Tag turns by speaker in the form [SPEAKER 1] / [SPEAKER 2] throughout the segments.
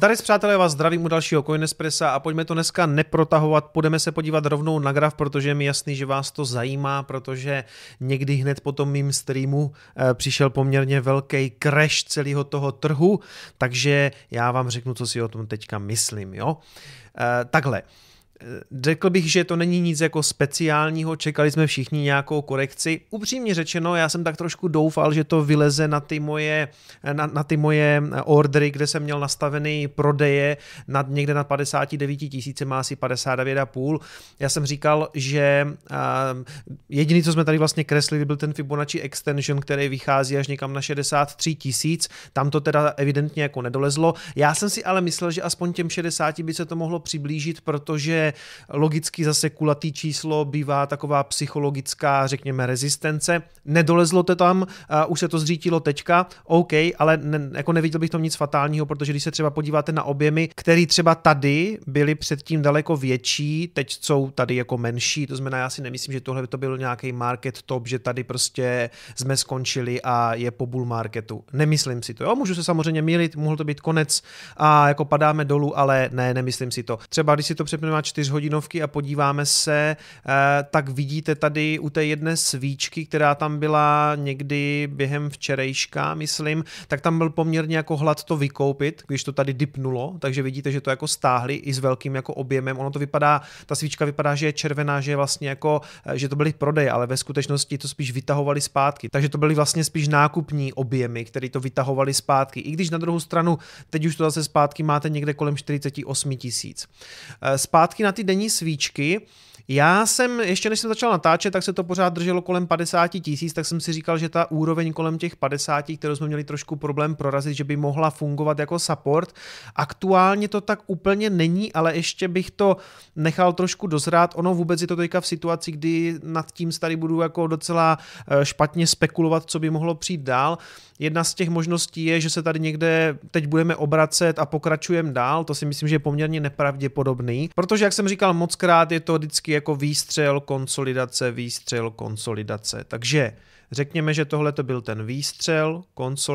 [SPEAKER 1] Zdarec přátelé, vás zdravím u dalšího Coinespressa a pojďme to dneska neprotahovat, půjdeme se podívat rovnou na graf, protože je mi jasný, že vás to zajímá, protože někdy hned po tom mým streamu přišel poměrně velký crash celého toho trhu, takže já vám řeknu, co si o tom teďka myslím, jo. Takhle. Řekl bych, že to není nic jako speciálního, čekali jsme všichni nějakou korekci. Upřímně řečeno, já jsem tak trošku doufal, že to vyleze na ty moje ordery, kde jsem měl nastavený prodeje někde nad 59 000, má asi 59,5. Já jsem říkal, že jediný, co jsme tady vlastně kreslili, byl ten Fibonacci extension, který vychází až někam na 63 000. Tam to teda evidentně jako nedolezlo. Já jsem si ale myslel, že aspoň těm 60 by se to mohlo přiblížit, protože logicky zase kulatý číslo bývá taková psychologická, řekněme, rezistence. Nedolezlo to tam, už se to zřítilo teďka, OK, ale jako neviděl bych tom nic fatálního, protože když se třeba podíváte na objemy, které třeba tady byly předtím daleko větší, teď jsou tady jako menší, to znamená, já si nemyslím, že tohle to byl nějaký market top, že tady prostě jsme skončili a je po bull marketu. Nemyslím si to, jo, můžu se samozřejmě mýlit, mohl to být konec a jako padáme dolů, ale nemyslím si to. Třeba když si to přepneme na 4hodinovky a podíváme se, tak vidíte tady u té jedné svíčky, která tam byla někdy během včerejška, myslím, tak tam byl poměrně jako hlad to vykoupit, když to tady dipnulo, takže vidíte, že to jako stáhli i s velkým jako objemem. Ono to vypadá, ta svíčka vypadá, že je červená, že je vlastně jako, že to byly prodeje, ale ve skutečnosti to spíš vytahovali zpátky. Takže to byly vlastně spíš nákupní objemy, které to vytahovali zpátky. I když na druhou stranu, teď už to zase zpátky máte někde kolem 48 000. Zpátky na ty denní svíčky. Já jsem, ještě než jsem začal natáčet, tak se to pořád drželo kolem 50 000, tak jsem si říkal, že ta úroveň kolem těch 50, kterou jsme měli trošku problém prorazit, že by mohla fungovat jako support. Aktuálně to tak úplně není, ale ještě bych to nechal trošku dozrát. Ono vůbec je to teďka v situaci, kdy nad tím tady budu jako docela špatně spekulovat, co by mohlo přijít dál. Jedna z těch možností je, že se tady někde teď budeme obracet a pokračujeme dál, to si myslím, že je poměrně nepravděpodobný, protože jak jsem říkal mockrát, je to vždycky jako výstřel, konsolidace, takže řekněme, že tohle to byl ten výstřel,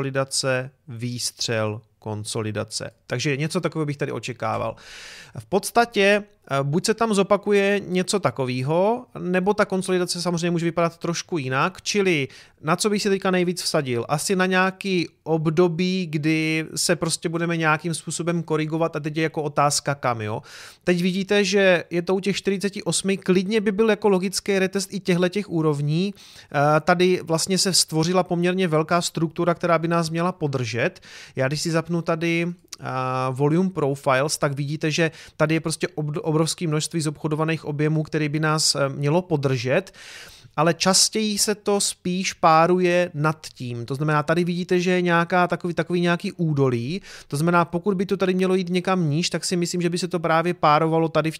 [SPEAKER 1] konsolidace. Takže něco takového bych tady očekával. V podstatě buď se tam zopakuje něco takového, nebo ta konsolidace samozřejmě může vypadat trošku jinak, čili na co bych si teďka nejvíc vsadil? Asi na nějaký období, kdy se prostě budeme nějakým způsobem korigovat a teď je jako otázka kam, jo. Teď vidíte, že je to u těch 48, klidně by byl jako logický retest i těch úrovní. Tady vlastně se stvořila poměrně velká struktura, která by nás měla podržet. Já když si zapnu tady volume profiles, tak vidíte, že tady je prostě obrovské množství zobchodovaných objemů, které by nás mělo podržet, ale častěji se to spíš páruje nad tím. To znamená, tady vidíte, že je nějaká takový nějaký údolí, to znamená, pokud by to tady mělo jít někam níž, tak si myslím, že by se to právě párovalo tady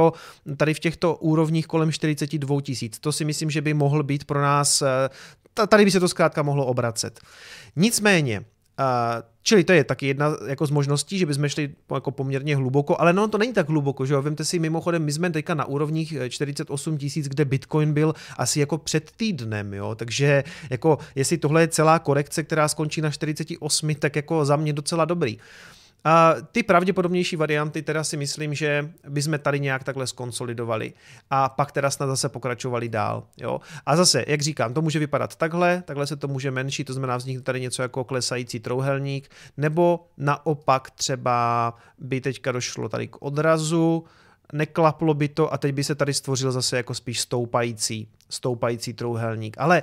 [SPEAKER 1] v těchto úrovních kolem 42 000. To si myslím, že by mohl být pro nás, tady by se to zkrátka mohlo obracet. Nicméně, čili to je taky jedna jako z možností, že bychom šli jako poměrně hluboko, ale no to není tak hluboko, že jo, vemte si mimochodem, my jsme teďka na úrovních 48 000, kde Bitcoin byl asi jako před týdnem, jo, takže jako jestli tohle je celá korekce, která skončí na 48, tak jako za mě docela dobrý. A ty pravděpodobnější varianty teda si myslím, že bychom tady nějak takhle skonsolidovali a pak teda snad zase pokračovali dál. Jo? A zase, jak říkám, to může vypadat takhle se to může menší, to znamená vznikne tady něco jako klesající trouhelník, nebo naopak třeba by teďka došlo tady k odrazu, neklaplo by to a teď by se tady stvořil zase jako spíš stoupající trouhelník. Ale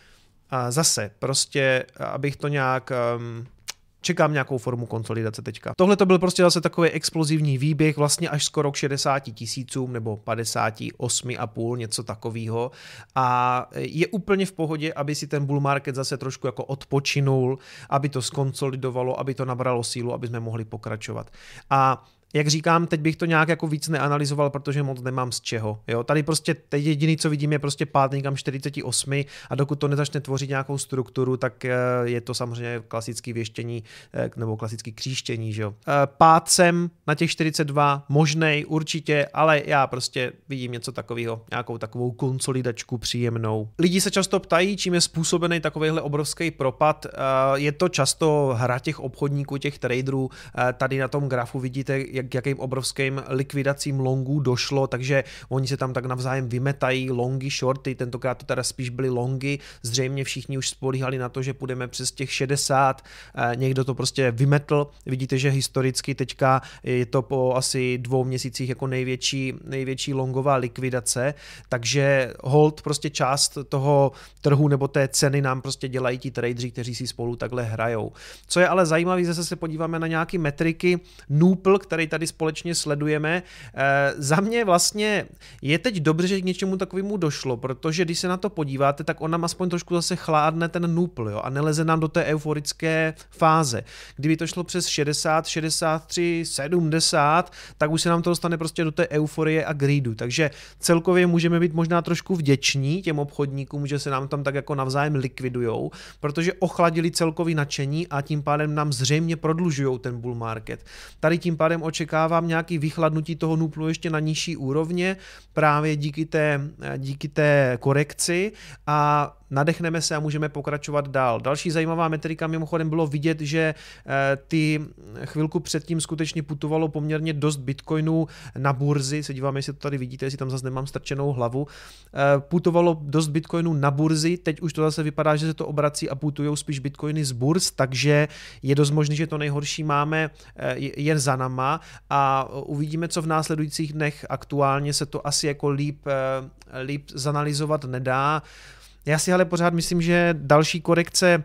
[SPEAKER 1] zase, prostě, abych to nějak... Čekám nějakou formu konsolidace teďka. Tohle to byl prostě zase takový explozivní výběh, vlastně až skoro k 60 000 nebo 58,5, něco takového. A je úplně v pohodě, aby si ten bull market zase trošku jako odpočinul, aby to skonsolidovalo, aby to nabralo sílu, aby jsme mohli pokračovat. A Jak říkám, teď bych to nějak jako víc neanalyzoval, protože moc nemám z čeho. Jo? Tady prostě teď jediný, co vidím, je prostě pád někam 48 a dokud to nezačne tvořit nějakou strukturu, tak je to samozřejmě klasický věštění nebo klasický kříštění. Že jo? Pád sem na těch 42 možnej určitě, ale já prostě vidím něco takového, nějakou takovou konsolidačku příjemnou. Lidi se často ptají, čím je způsobený takovýhle obrovský propad. Je to často hra těch obchodníků, těch traderů. Tady na tom grafu vidíte, jakým obrovským likvidacím longů došlo, takže oni se tam tak navzájem vymetají, longy, shorty, tentokrát to teda spíš byly longy, zřejmě všichni už spolíhali na to, že půjdeme přes těch 60, někdo to prostě vymetl, vidíte, že historicky teďka je to po asi 2 měsících jako největší longová likvidace, takže hold prostě část toho trhu nebo té ceny nám prostě dělají ti tradeři, kteří si spolu takhle hrajou. Co je ale zajímavé, zase se podíváme na nějaké metriky, Nupl, který tady společně sledujeme. Za mě vlastně je teď dobře, že k něčemu takovému došlo, protože když se na to podíváte, tak on nám aspoň trošku zase chládne ten Nupl, jo, a neleze nám do té euforické fáze. Kdyby to šlo přes 60, 63, 70, tak už se nám to dostane prostě do té euforie a greedu. Takže celkově můžeme být možná trošku vděční těm obchodníkům, že se nám tam tak jako navzájem likvidujou, protože ochladili celkový nadšení a tím pádem nám zřejmě prodlužujou ten bull market. Tady tím pádem očekávám nějaký vychladnutí toho Nuplu ještě na nižší úrovně, právě díky té korekci a nadechneme se a můžeme pokračovat dál. Další zajímavá metrika mimochodem bylo vidět, že ty chvilku předtím skutečně putovalo poměrně dost bitcoinů na burzy, se díváme, jestli to tady vidíte, jestli tam zase nemám strčenou hlavu, putovalo dost bitcoinů na burzy, teď už to zase vypadá, že se to obrací a putujou spíš bitcoiny z burz, takže je dost možné, že to nejhorší máme jen za náma a uvidíme, co v následujících dnech. Aktuálně se to asi jako líp zanalyzovat nedá. Já si ale pořád myslím, že další korekce,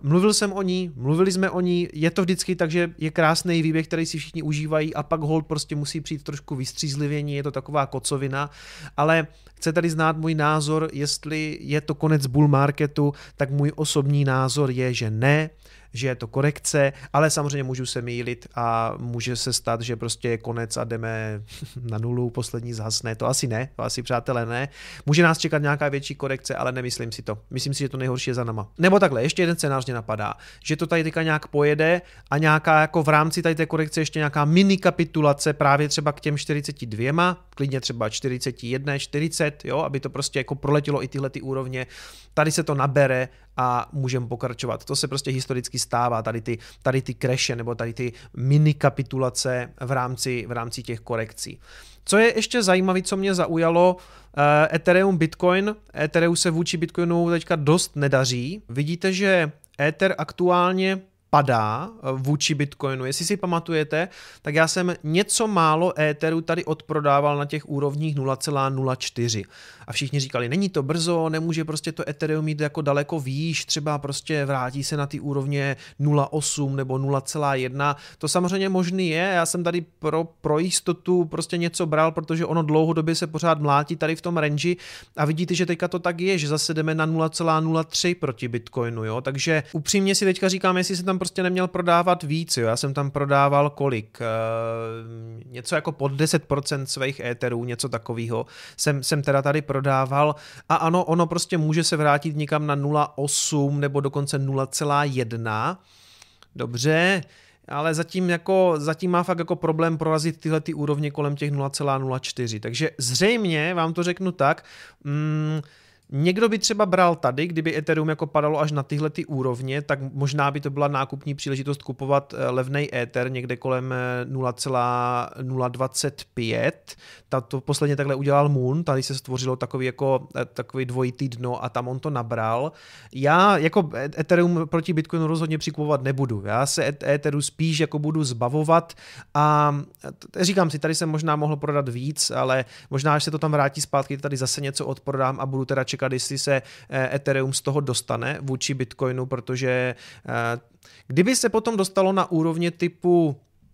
[SPEAKER 1] mluvili jsme o ní, je to vždycky tak, že je krásný výběh, který si všichni užívají a pak hold prostě musí přijít trošku vystřízlivění, je to taková kocovina, ale chce tady znát můj názor, jestli je to konec bull marketu, tak můj osobní názor je, že ne, že je to korekce, ale samozřejmě můžu se mýlit a může se stát, že prostě je konec a jdeme na nulu, poslední zhasne, to asi ne, to asi přátelé ne. Může nás čekat nějaká větší korekce, ale nemyslím si to. Myslím si, že to nejhorší je za náma. Nebo takhle, ještě jeden scénář mě napadá, že to tady teďka nějak pojede a nějaká jako v rámci tady té korekce ještě nějaká mini kapitulace právě třeba k těm 42, klidně třeba 41, 40, jo, aby to prostě jako proletělo i tyhle ty úrovně. Tady se to nabere a můžeme pokračovat. To se prostě historicky stává, tady ty crashe nebo tady ty mini kapitulace v rámci těch korekcí. Co je ještě zajímavé, co mě zaujalo, Ethereum, Bitcoin. Ethereum se vůči Bitcoinu teďka dost nedaří. Vidíte, že Ether aktuálně padá vůči Bitcoinu. Jestli si pamatujete, tak já jsem něco málo Etheru tady odprodával na těch úrovních 0,04. A všichni říkali, není to brzo, nemůže prostě to Ethereum mít jako daleko výš, třeba prostě vrátí se na ty úrovně 0,8 nebo 0,1. To samozřejmě možný je, já jsem tady pro jistotu prostě něco bral, protože ono dlouhodobě se pořád mlátí tady v tom range a vidíte, že teďka to tak je, že zase jdeme na 0,03 proti Bitcoinu, jo? Takže upřímně si teďka říkám, jestli se tam prostě neměl prodávat víc, jo? Já jsem tam prodával kolik? Něco jako pod 10% svých Etherů, něco takového jsem teda tady prodával a ano, ono prostě může se vrátit někam na 0,8 nebo dokonce 0,1. Dobře, ale zatím má fakt jako problém prorazit tyhle ty úrovně kolem těch 0,04. Takže zřejmě, vám to řeknu tak, někdo by třeba bral tady, kdyby Ethereum jako padalo až na tyhle ty úrovně, tak možná by to byla nákupní příležitost kupovat levnej Ether někde kolem 0,025. To posledně takhle udělal Moon, tady se stvořilo takový dvojitý dno a tam on to nabral. Já jako Ethereum proti Bitcoinu rozhodně přikupovat nebudu. Já se Etheru spíš jako budu zbavovat a říkám si, tady jsem možná mohl prodat víc, ale možná, až se to tam vrátí zpátky, tady zase něco odprodám a budu teda čekat, jestli se Ethereum z toho dostane vůči Bitcoinu, protože kdyby se potom dostalo na úrovně typu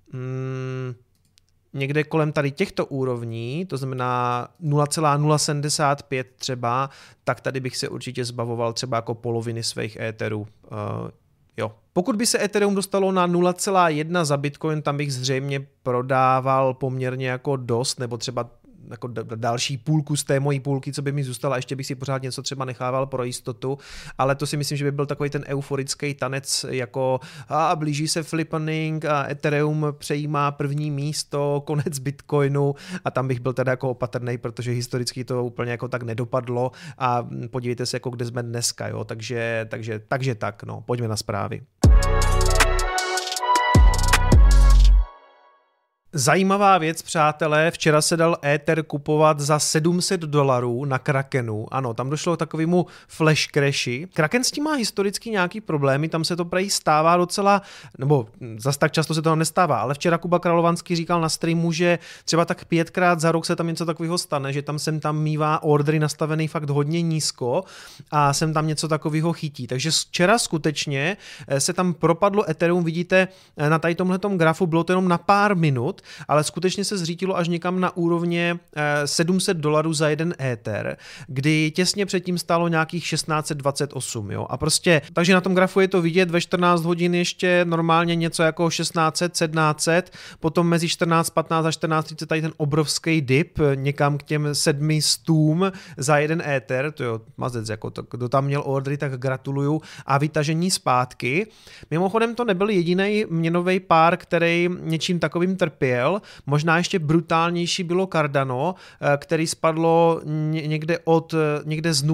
[SPEAKER 1] někde kolem tady těchto úrovní, to znamená 0,075 třeba, tak tady bych se určitě zbavoval třeba jako poloviny svých Etherů. Jo. Pokud by se Ethereum dostalo na 0,1 za Bitcoin, tam bych zřejmě prodával poměrně jako dost, nebo třeba jako další půlku z té mojí půlky, co by mi zůstala, ještě bych si pořád něco třeba nechával pro jistotu, ale to si myslím, že by byl takový ten euforický tanec, jako blíží se flippening a Ethereum přejímá první místo, konec Bitcoinu a tam bych byl teda jako opatrnej, protože historicky to úplně jako tak nedopadlo a podívejte se, jako kde jsme dneska, jo, takže tak, no, pojďme na zprávy. Zajímavá věc, přátelé, včera se dal Ether kupovat za $700 na Krakenu. Ano, tam došlo k takovému flash crashi. Kraken s tím má historicky nějaký problémy, tam se to prej stává docela, nebo zas tak často se to tam nestává, ale včera Kuba Královánský říkal na streamu, že třeba tak 5krát za rok se tam něco takového stane, že sem tam mívá ordery nastavený fakt hodně nízko a sem tam něco takového chytí. Takže včera skutečně se tam propadlo Ethereum, vidíte na tady tomhletom grafu, bylo to jenom na pár minut, ale skutečně se zřítilo až někam na úrovně $700 za jeden Ether, kdy těsně předtím stálo nějakých 1628, jo, a prostě, takže na tom grafu je to vidět, ve 14 hodin ještě normálně něco jako 1600, 1700, potom mezi 14.15 a 14.30 tady ten obrovský dip někam k těm 700 za jeden Ether, to jo, mazec, jako to, kdo tam měl ordery, tak gratuluju, a vytažení zpátky. Mimochodem to nebyl jediný měnový pár, který něčím takovým trpěl. Možná ještě brutálnější bylo Cardano, který spadlo někde z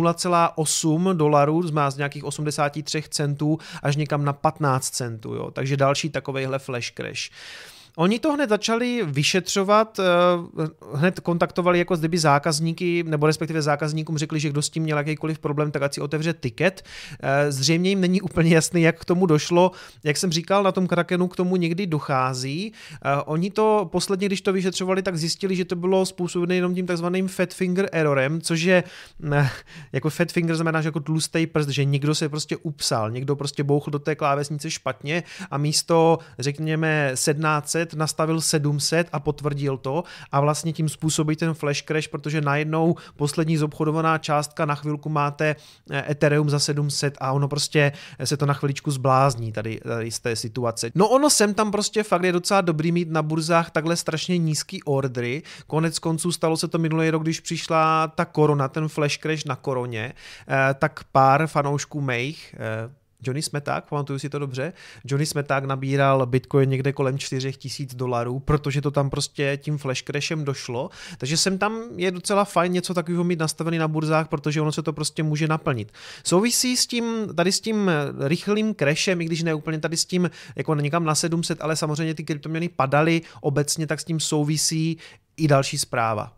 [SPEAKER 1] $0,8, z nějakých 83 centů až někam na 15 centů. Jo. Takže další takovejhle flash crash. Oni to hned začali vyšetřovat, hned kontaktovali jako kdyby zákazníky, nebo respektive zákazníkům řekli, že kdo s tím měl jakýkoliv problém, tak ať si otevře tiket. Zřejmě jim není úplně jasný, jak k tomu došlo. Jak jsem říkal, na tom Krakenu k tomu někdy dochází. Oni to posledně, když to vyšetřovali, tak zjistili, že to bylo způsobené jenom tím takzvaným fat finger errorem, což je, jako fat finger znamená, že jako tlustý prst, že někdo se prostě upsal, někdo prostě bouchl do té klávesnice špatně a místo, řekněme, 1700 nastavil 700 a potvrdil to a vlastně tím způsobí ten flash crash, protože najednou poslední zobchodovaná částka, na chvilku máte Ethereum za 700 a ono prostě se to na chviličku zblázní tady z té situace. No ono sem tam prostě fakt je docela dobrý mít na burzách takhle strašně nízký ordery. Konec konců stalo se to minulý rok, když přišla ta korona, ten flash crash na koroně, tak pár fanoušků mých, Johnny Smeták, pamatuju si to dobře, Johnny Smeták nabíral Bitcoin někde kolem $4,000, protože to tam prostě tím flash crashem došlo, takže sem tam je docela fajn něco takového mít nastavený na burzách, protože ono se to prostě může naplnit. Souvisí s tím rychlým crashem, i když ne úplně tady s tím jako někam na 700, ale samozřejmě ty kryptoměny padaly obecně, tak s tím souvisí i další zpráva.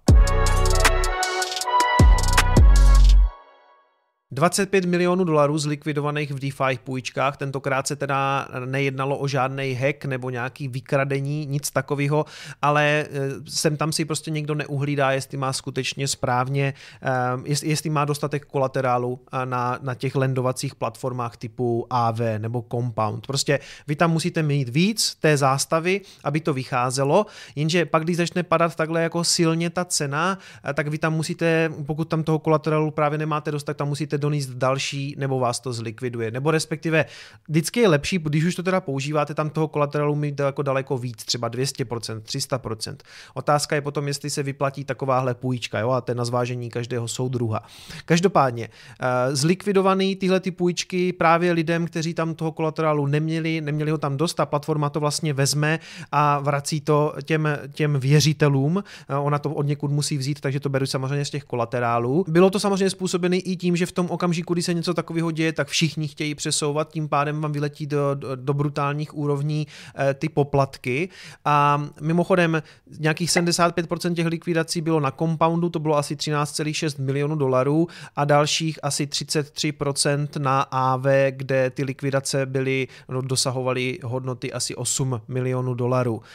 [SPEAKER 1] $25 milionů zlikvidovaných v DeFi půjčkách, tentokrát se teda nejednalo o žádnej hack nebo nějaký vykradení, nic takového, ale sem tam si prostě někdo neuhlídá, jestli má skutečně správně, jestli má dostatek kolaterálu na těch lendovacích platformách typu AV nebo Compound. Prostě vy tam musíte mít víc té zástavy, aby to vycházelo, jenže pak, když začne padat takhle jako silně ta cena, tak vy tam musíte, pokud tam toho kolaterálu právě nemáte dost, tak tam musíte donést další, nebo vás to zlikviduje. Nebo respektive vždycky je lepší, když už to teda používáte, tam toho kolaterálu mít jako daleko víc, třeba 200%, 300%. Otázka je potom, jestli se vyplatí takováhle půjčka, jo, a to je na zvážení každého soudruha. Každopádně, zlikvidovaný tyhle ty půjčky právě lidem, kteří tam toho kolaterálu neměli ho tam dost, ta platforma to vlastně vezme a vrací to těm věřitelům. Ona to od někud musí vzít, takže to beru samozřejmě z těch kolaterálů. Bylo to samozřejmě způsobené i tím, že v tom okamžiku, kdy se něco takového děje, tak všichni chtějí přesouvat, tím pádem vám vyletí do brutálních úrovní ty poplatky. A mimochodem nějakých 75% těch likvidací bylo na Compoundu, to bylo asi $13,6 milionů a dalších asi 33% na AV, kde ty likvidace dosahovaly hodnoty asi $8 milionů.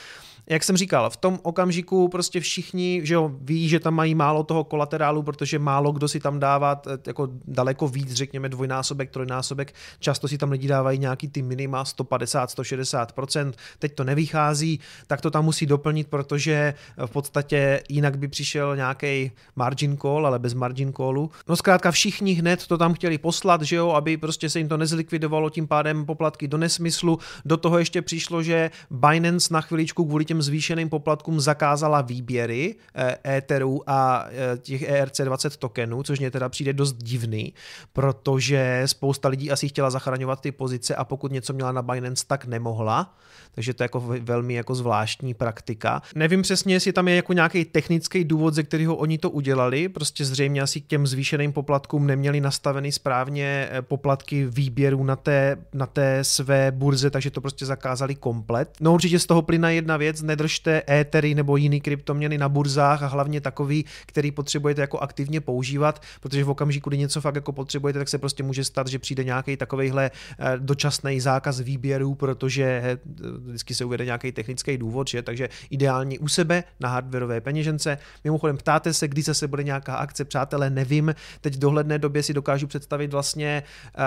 [SPEAKER 1] Jak jsem říkal, v tom okamžiku prostě všichni, že jo, ví, že tam mají málo toho kolaterálu, protože málo kdo si tam dává jako daleko víc, řekněme dvojnásobek, trojnásobek, často si tam lidi dávají nějaký ty minima 150-160%, teď to nevychází, tak to tam musí doplnit, protože v podstatě jinak by přišel nějaký margin call, ale bez margin callu. No zkrátka všichni hned to tam chtěli poslat, že jo, aby prostě se jim to nezlikvidovalo, tím pádem poplatky do nesmyslu. Do toho ještě přišlo, že Binance na chviličku kvůli těm zvýšeným poplatkům zakázala výběry Etheru a těch ERC20 tokenů, což mě teda přijde dost divný, protože spousta lidí asi chtěla zachraňovat ty pozice a pokud něco měla na Binance, tak nemohla. Takže to je jako velmi jako zvláštní praktika. Nevím přesně, jestli tam je jako nějaký technický důvod, ze kterého oni to udělali, prostě zřejmě asi k těm zvýšeným poplatkům neměli nastavený správně poplatky výběru na té své burze, takže to prostě zakázali komplet. No určitě z toho plyne jedna věc, nedržte Ethery nebo jiný kryptoměny na burzách a hlavně takový, který potřebujete jako aktivně používat, protože v okamžiku, kdy něco fakt jako potřebujete, tak se prostě může stát, že přijde nějaký takovejhle dočasný zákaz výběru, protože vždycky se uvede nějaký technický důvod, že? Takže ideálně u sebe na hardwareové peněžence. Mimochodem ptáte se, kdy zase bude nějaká akce, přátelé, nevím. Teď v dohledné době si dokážu představit vlastně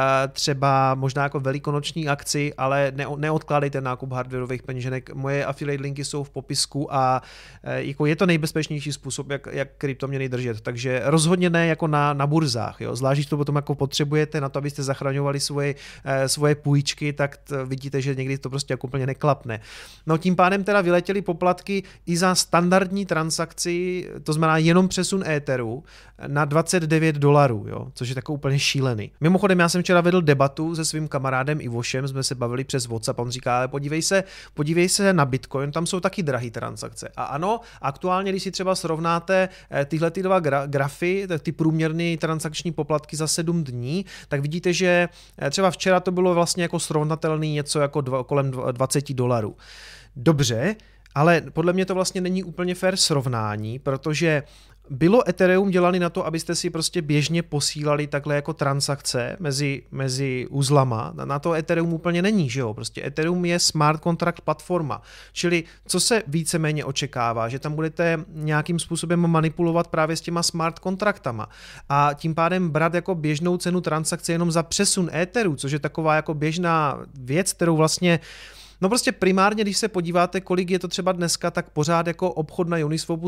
[SPEAKER 1] třeba možná jako velikonoční akci, ale neodkládejte nákup hardwareových peněženek. Moje affiliate linky jsou v popisku a jako je to nejbezpečnější způsob, jak kryptoměny držet. Takže rozhodně ne jako na burzách. Jo? Zvlášť, když to potom jako potřebujete na to, abyste zachraňovali svoje půjčky, tak vidíte, že někdy to prostě jako úplně neklapne. No tím pádem teda vyletěly poplatky i za standardní transakci, to znamená jenom přesun Etheru na $29, jo, což je takový úplně šílený. Mimochodem já jsem včera vedl debatu se svým kamarádem Ivošem, jsme se bavili přes WhatsApp, on říká, ale podívej se na Bitcoin, tam jsou taky drahé transakce. A ano, aktuálně, když si třeba srovnáte tyhle ty dva grafy, ty průměrné transakční poplatky za 7 dní, tak vidíte, že třeba včera to bylo vlastně jako srovnatelný něco jako kolem $20. Dobře, ale podle mě to vlastně není úplně fair srovnání, protože bylo Ethereum dělané na to, abyste si prostě běžně posílali takhle jako transakce mezi uzlama. Na to Ethereum úplně není, že jo? Prostě Ethereum je smart contract platforma. Čili co se víceméně očekává, že tam budete nějakým způsobem manipulovat právě s těma smart kontraktama a tím pádem brát jako běžnou cenu transakce jenom za přesun Etheru, což je taková jako běžná věc, kterou vlastně no prostě primárně, když se podíváte, kolik je to třeba dneska, tak pořád jako obchod na Uniswapu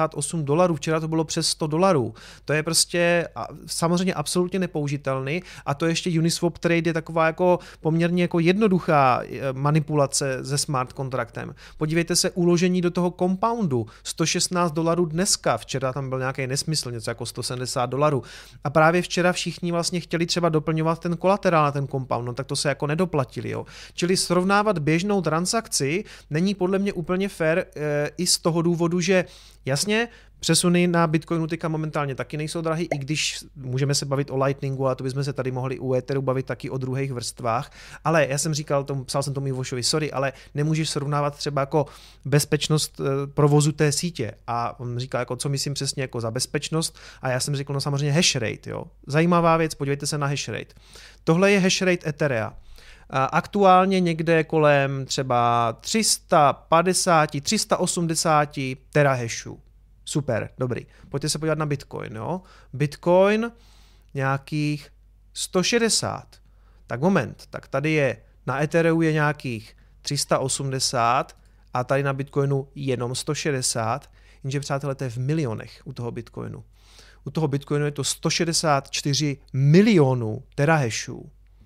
[SPEAKER 1] $78, včera to bylo přes $100. To je prostě samozřejmě absolutně nepoužitelný a to ještě Uniswap Trade je taková jako poměrně jako jednoduchá manipulace se smart kontraktem. Podívejte se, uložení do toho compoundu $116 dneska, včera tam byl nějaký nesmysl, něco jako $170 a právě včera všichni vlastně chtěli třeba doplňovat ten kolaterál na ten compound, no tak to se jako nedoplatili, jo. Čili srovnávat běžnou transakci není podle mě úplně fair i z toho důvodu, že jasně, přesuny na Bitcoinu teďka momentálně taky nejsou drahý, i když můžeme se bavit o Lightningu a to bychom se tady mohli u Etheru bavit taky o druhých vrstvách, ale já jsem říkal, psal jsem tomu Ivošovi, sorry, ale nemůžeš srovnávat třeba jako bezpečnost provozu té sítě a on říkal, jako co myslím přesně jako za bezpečnost a já jsem říkal, no samozřejmě hash rate, jo. Zajímavá věc, podívejte se na hash rate. Tohle je hash rate Etherea. Aktuálně někde kolem třeba 350, 380 terahashů. Super, dobrý. Pojďte se podívat na Bitcoin, jo. Bitcoin nějakých 160. Tak moment, tak tady je, na Ethereu je nějakých 380 a tady na Bitcoinu jenom 160, jenže přátelé, to je v milionech u toho Bitcoinu. U toho Bitcoinu je to 164 milionů terahashů.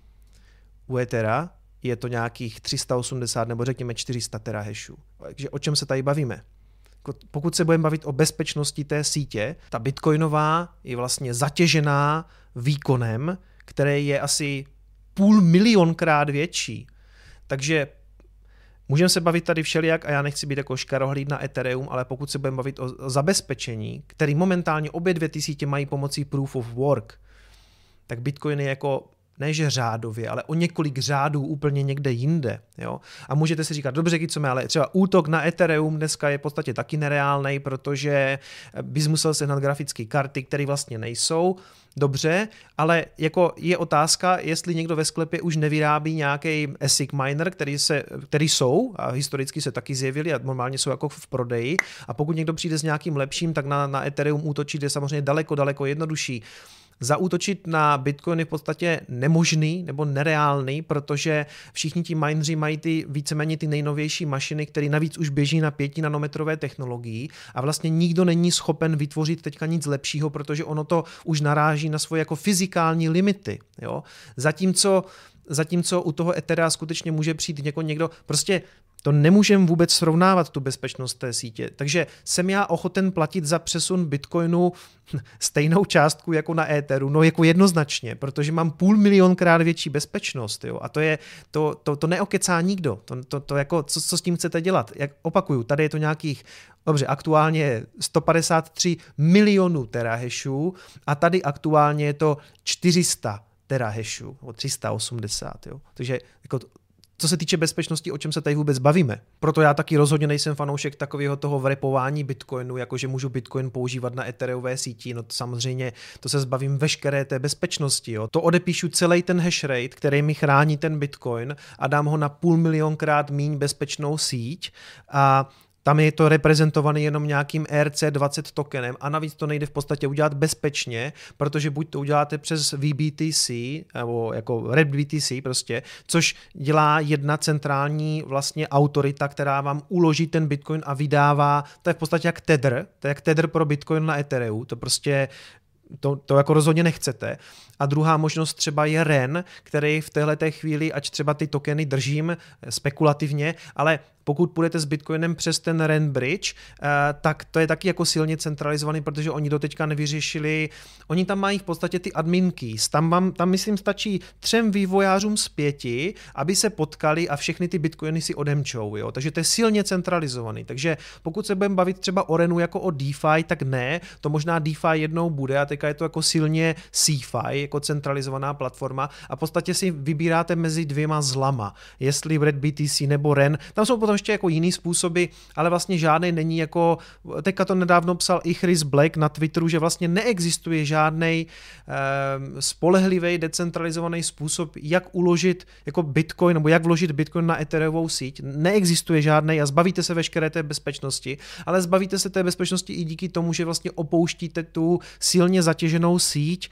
[SPEAKER 1] U Ethera je to nějakých 380 nebo řekněme 400 terahashů. Takže o čem se tady bavíme? Pokud se budeme bavit o bezpečnosti té sítě, ta bitcoinová je vlastně zatěžená výkonem, který je asi 500 milionkrát větší. Takže můžeme se bavit tady všelijak a já nechci být jako škarohlíd na Ethereum, ale pokud se budeme bavit o zabezpečení, který momentálně obě dvě ty sítě mají pomocí Proof of Work, tak Bitcoin je jako ne že řádově, ale o několik řádů úplně někde jinde. Jo? A můžete si říkat, dobře, Kicome, ale třeba útok na Ethereum dneska je v podstatě taky nereálnej, protože bys musel sehnat grafické karty, které vlastně nejsou. Dobře, ale jako je otázka, jestli někdo ve sklepě už nevyrábí nějaký ASIC miner, který jsou a historicky se taky zjevili a normálně jsou jako v prodeji, a pokud někdo přijde s nějakým lepším, tak na Ethereum útočit je samozřejmě daleko jednodušší. Zaútočit na Bitcoin je v podstatě nemožný nebo nereálný, protože všichni ti mineři mají víceméně ty nejnovější mašiny, které navíc už běží na 5 nanometrové technologii a vlastně nikdo není schopen vytvořit teďka nic lepšího, protože ono to už naráží na svoje jako fyzikální limity. Jo? Zatímco u toho Ethera skutečně může přijít někdo, prostě to nemůžeme vůbec srovnávat tu bezpečnost té sítě. Takže jsem já ochoten platit za přesun Bitcoinu stejnou částku jako na Etheru, no jako jednoznačně, protože mám 500 000 krát větší bezpečnost, jo, a to neokecá nikdo, to jako, co s tím chcete dělat, jak opakuju, tady je to nějakých, dobře, aktuálně 153 milionů terahashů a tady aktuálně je to 400 terahashů, 380, jo, takže jako co se týče bezpečnosti, o čem se tady vůbec bavíme. Proto já taky rozhodně nejsem fanoušek takového toho vrepování Bitcoinu, jakože můžu Bitcoin používat na Ethereové síti, no to samozřejmě to se zbavím veškeré té bezpečnosti. Jo. To odepíšu celý ten hash rate, který mi chrání ten Bitcoin a dám ho na 500 000 krát míň bezpečnou síť a tam je to reprezentované jenom nějakým ERC20 tokenem a navíc to nejde v podstatě udělat bezpečně, protože buď to uděláte přes VBTC, nebo jako RedBTC prostě, což dělá jedna centrální vlastně autorita, která vám uloží ten Bitcoin a vydává, to je v podstatě jak Tether, to je jak Tether pro Bitcoin na Ethereum, to prostě to jako rozhodně nechcete. A druhá možnost třeba je REN, který v téhleté chvíli, ač třeba ty tokeny držím spekulativně, ale pokud půjdete s Bitcoinem přes ten REN bridge, tak to je taky jako silně centralizovaný, protože oni to teďka nevyřešili. Oni tam mají v podstatě ty admin keys. Tam myslím stačí 3 vývojářům z 5, aby se potkali a všechny ty Bitcoiny si odemčou. Jo? Takže to je silně centralizovaný. Takže pokud se budeme bavit třeba o RENu jako o DeFi, tak ne. To možná DeFi jednou bude a teďka je to jako silně CeFi, jako centralizovaná platforma a v podstatě si vybíráte mezi dvěma zlama. Jestli RedBTC nebo REN. Tam jsou potom ještě jako jiný způsoby, ale vlastně žádný není jako, teďka to nedávno psal i Chris Black na Twitteru, že vlastně neexistuje žádný spolehlivý decentralizovaný způsob, jak uložit jako Bitcoin, nebo jak vložit Bitcoin na Ethereovou síť. Neexistuje žádný a zbavíte se veškeré té bezpečnosti, ale zbavíte se té bezpečnosti i díky tomu, že vlastně opouštíte tu silně zatěženou síť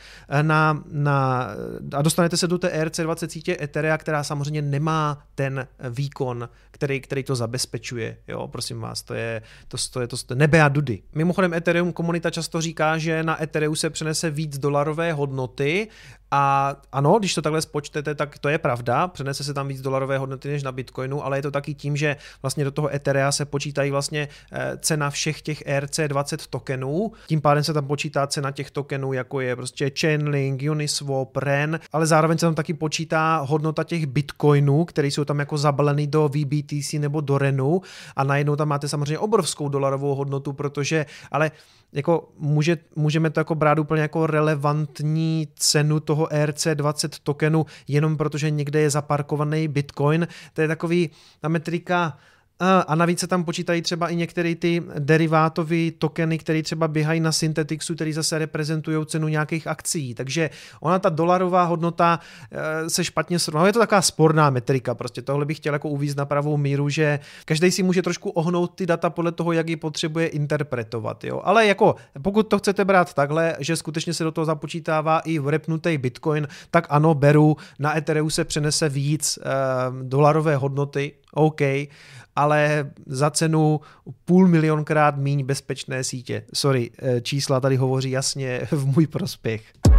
[SPEAKER 1] a dostanete se do té ERC20 sítě Etherea, která samozřejmě nemá ten výkon, který to zabezpečuje. Jo, prosím vás, to je nebe a dudy. Mimochodem Ethereum komunita často říká, že na Ethereu se přenese víc dolarové hodnoty a ano, když to takhle spočtete, tak to je pravda, přenese se tam víc dolarové hodnoty než na Bitcoinu, ale je to taky tím, že vlastně do toho Etherea se počítají vlastně cena všech těch ERC20 tokenů, tím pádem se tam počítá cena těch tokenů, jako je prostě Chainlink, Uniswap, REN, ale zároveň se tam taky počítá hodnota těch Bitcoinů, které jsou tam jako zabalený do VBTC nebo do RENu a najednou tam máte samozřejmě obrovskou dolarovou hodnotu, protože, ale jako můžeme to jako brát úplně jako relevantní cenu toho ERC20 tokenu jenom protože někde je zaparkovaný Bitcoin, to je takový ta metrika. A navíc se tam počítají třeba i některé ty derivátové tokeny, které třeba běhají na Synthetixu, které zase reprezentují cenu nějakých akcií. Takže ona ta dolarová hodnota se špatně srovná. Je to taková sporná metrika, prostě tohle bych chtěl jako uvízt na pravou míru, že každý si může trošku ohnout ty data podle toho, jak ji potřebuje interpretovat. Jo? Ale jako pokud to chcete brát takhle, že skutečně se do toho započítává i vrepnutý Bitcoin, tak ano, beru, na Ethereu se přenese víc dolarové hodnoty, OK, ale za cenu 500 000 krát míň bezpečné sítě. Sorry, čísla tady hovoří jasně v můj prospěch.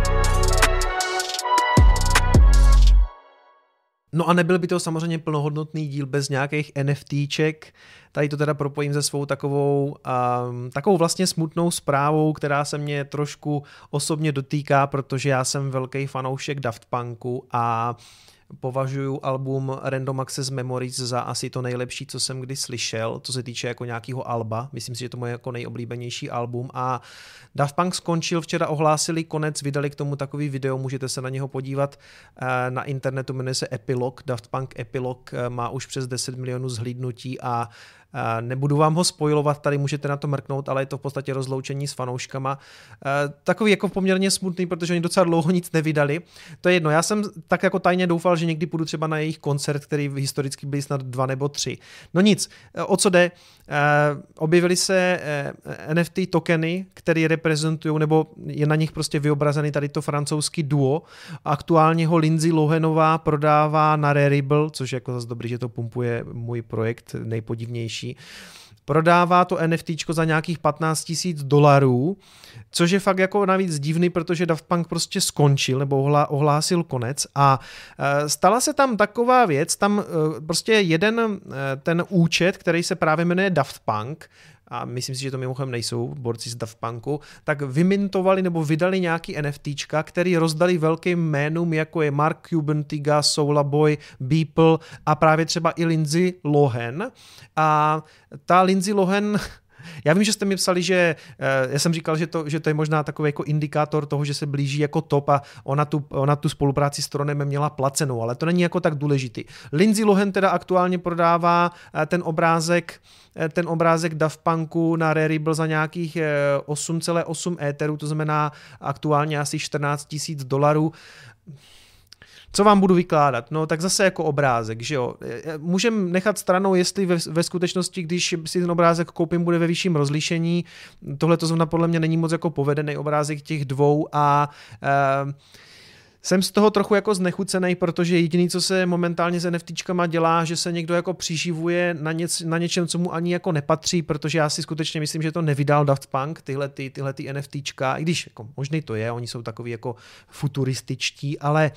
[SPEAKER 1] No a nebyl by to samozřejmě plnohodnotný díl bez nějakých NFTček. Tady to teda propojím se svou takovou vlastně smutnou zprávou, která se mě trošku osobně dotýká, protože já jsem velký fanoušek Daft Punku a považuji album Random Access Memories za asi to nejlepší, co jsem kdy slyšel, co se týče jako nějakého alba. Myslím si, že to moje jako nejoblíbenější album a Daft Punk skončil, včera ohlásili konec, vydali k tomu takový video, můžete se na něho podívat na internetu, jmenuje se Epilogue, Daft Punk Epilogue, má už přes 10 milionů zhlídnutí a nebudu vám ho spoilovat, tady můžete na to mrknout, ale je to v podstatě rozloučení s fanouškama. Takový jako poměrně smutný, protože oni docela dlouho nic nevydali. To je jedno, já jsem tak jako tajně doufal, že někdy půjdu třeba na jejich koncert, který historicky byly snad 2 nebo 3. No nic, o co jde? Objevily se NFT tokeny, které reprezentují, nebo je na nich prostě vyobrazený tady to francouzský duo. Aktuálně ho Lindsay Lohanová prodává na Rarible, což je jako zase dobrý, že to pumpuje můj projekt nejpodivnější. Prodává to NFTčko za nějakých $15,000, což je fakt jako navíc divný, protože Daft Punk prostě skončil nebo ohlásil konec a stala se tam taková věc, tam prostě jeden ten účet, který se právě jmenuje Daft Punk, a myslím si, že to mimochodem nejsou borci z Daft Punku, tak vymintovali nebo vydali nějaký NFTčka, který rozdali velkým jménům, jako je Mark Cuban, Tyga, Soulja Boy, Beeple a právě třeba i Lindsay Lohan. A ta Lindsay Lohan, já vím, že jste mi psali, že já jsem říkal, že to je možná takový jako indikátor toho, že se blíží jako top a ona tu spolupráci s Tronem měla placenou, ale to není jako tak důležitý. Lindsay Lohan teda aktuálně prodává ten obrázek Daft Punku na Rarible za nějakých 8,8 éterů, to znamená aktuálně asi $14,000. Co vám budu vykládat? No tak zase jako obrázek, že jo. Můžeme nechat stranou, jestli ve skutečnosti, když si ten obrázek koupím, bude ve vyšším rozlišení. Tohle to znamená podle mě není moc jako povedený obrázek těch dvou a jsem z toho trochu jako znechucený, protože jediný, co se momentálně s NFTčkama dělá, že se někdo jako přiživuje na něčem, co mu ani jako nepatří, protože já si skutečně myslím, že to nevydal Daft Punk, tyhle NFTčka, i když jako možný to je, oni jsou takový jako futurističtí, ale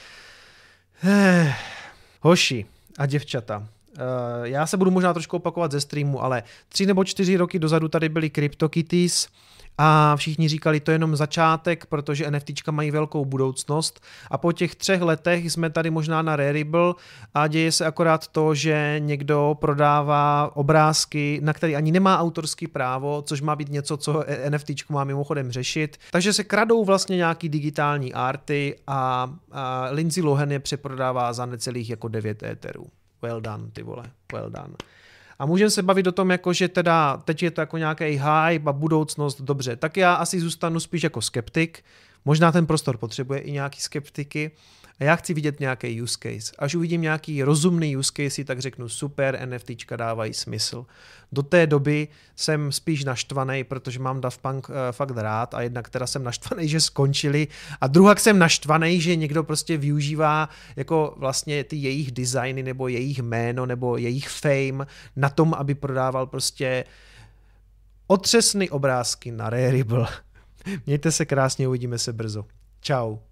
[SPEAKER 1] hoši a děvčata, já se budu možná trošku opakovat ze streamu, ale 3 nebo 4 roky dozadu tady byly CryptoKitties a všichni říkali, to je jenom začátek, protože NFTčka mají velkou budoucnost a po těch 3 letech jsme tady možná na Rarible a děje se akorát to, že někdo prodává obrázky, na který ani nemá autorský právo, což má být něco, co NFTčku má mimochodem řešit. Takže se kradou vlastně nějaký digitální arty a Lindsay Lohan je přeprodává za necelých jako 9 éterů. Well done, ty vole, well done. A můžeme se bavit o tom, jako, že teda teď je to jako nějaký hype a budoucnost, dobře, tak já asi zůstanu spíš jako skeptik, možná ten prostor potřebuje i nějaký skeptiky a já chci vidět nějaký use case. Až uvidím nějaký rozumný use case, tak řeknu super, NFTčka dávají smysl. Do té doby jsem spíš naštvaný, protože mám Daft Punk fakt rád a jednak teda jsem naštvaný, že skončili a druhak jsem naštvaný, že někdo prostě využívá jako vlastně ty jejich designy nebo jejich jméno nebo jejich fame na tom, aby prodával prostě otřesný obrázky na Rarible. Mějte se krásně, uvidíme se brzo. Čau.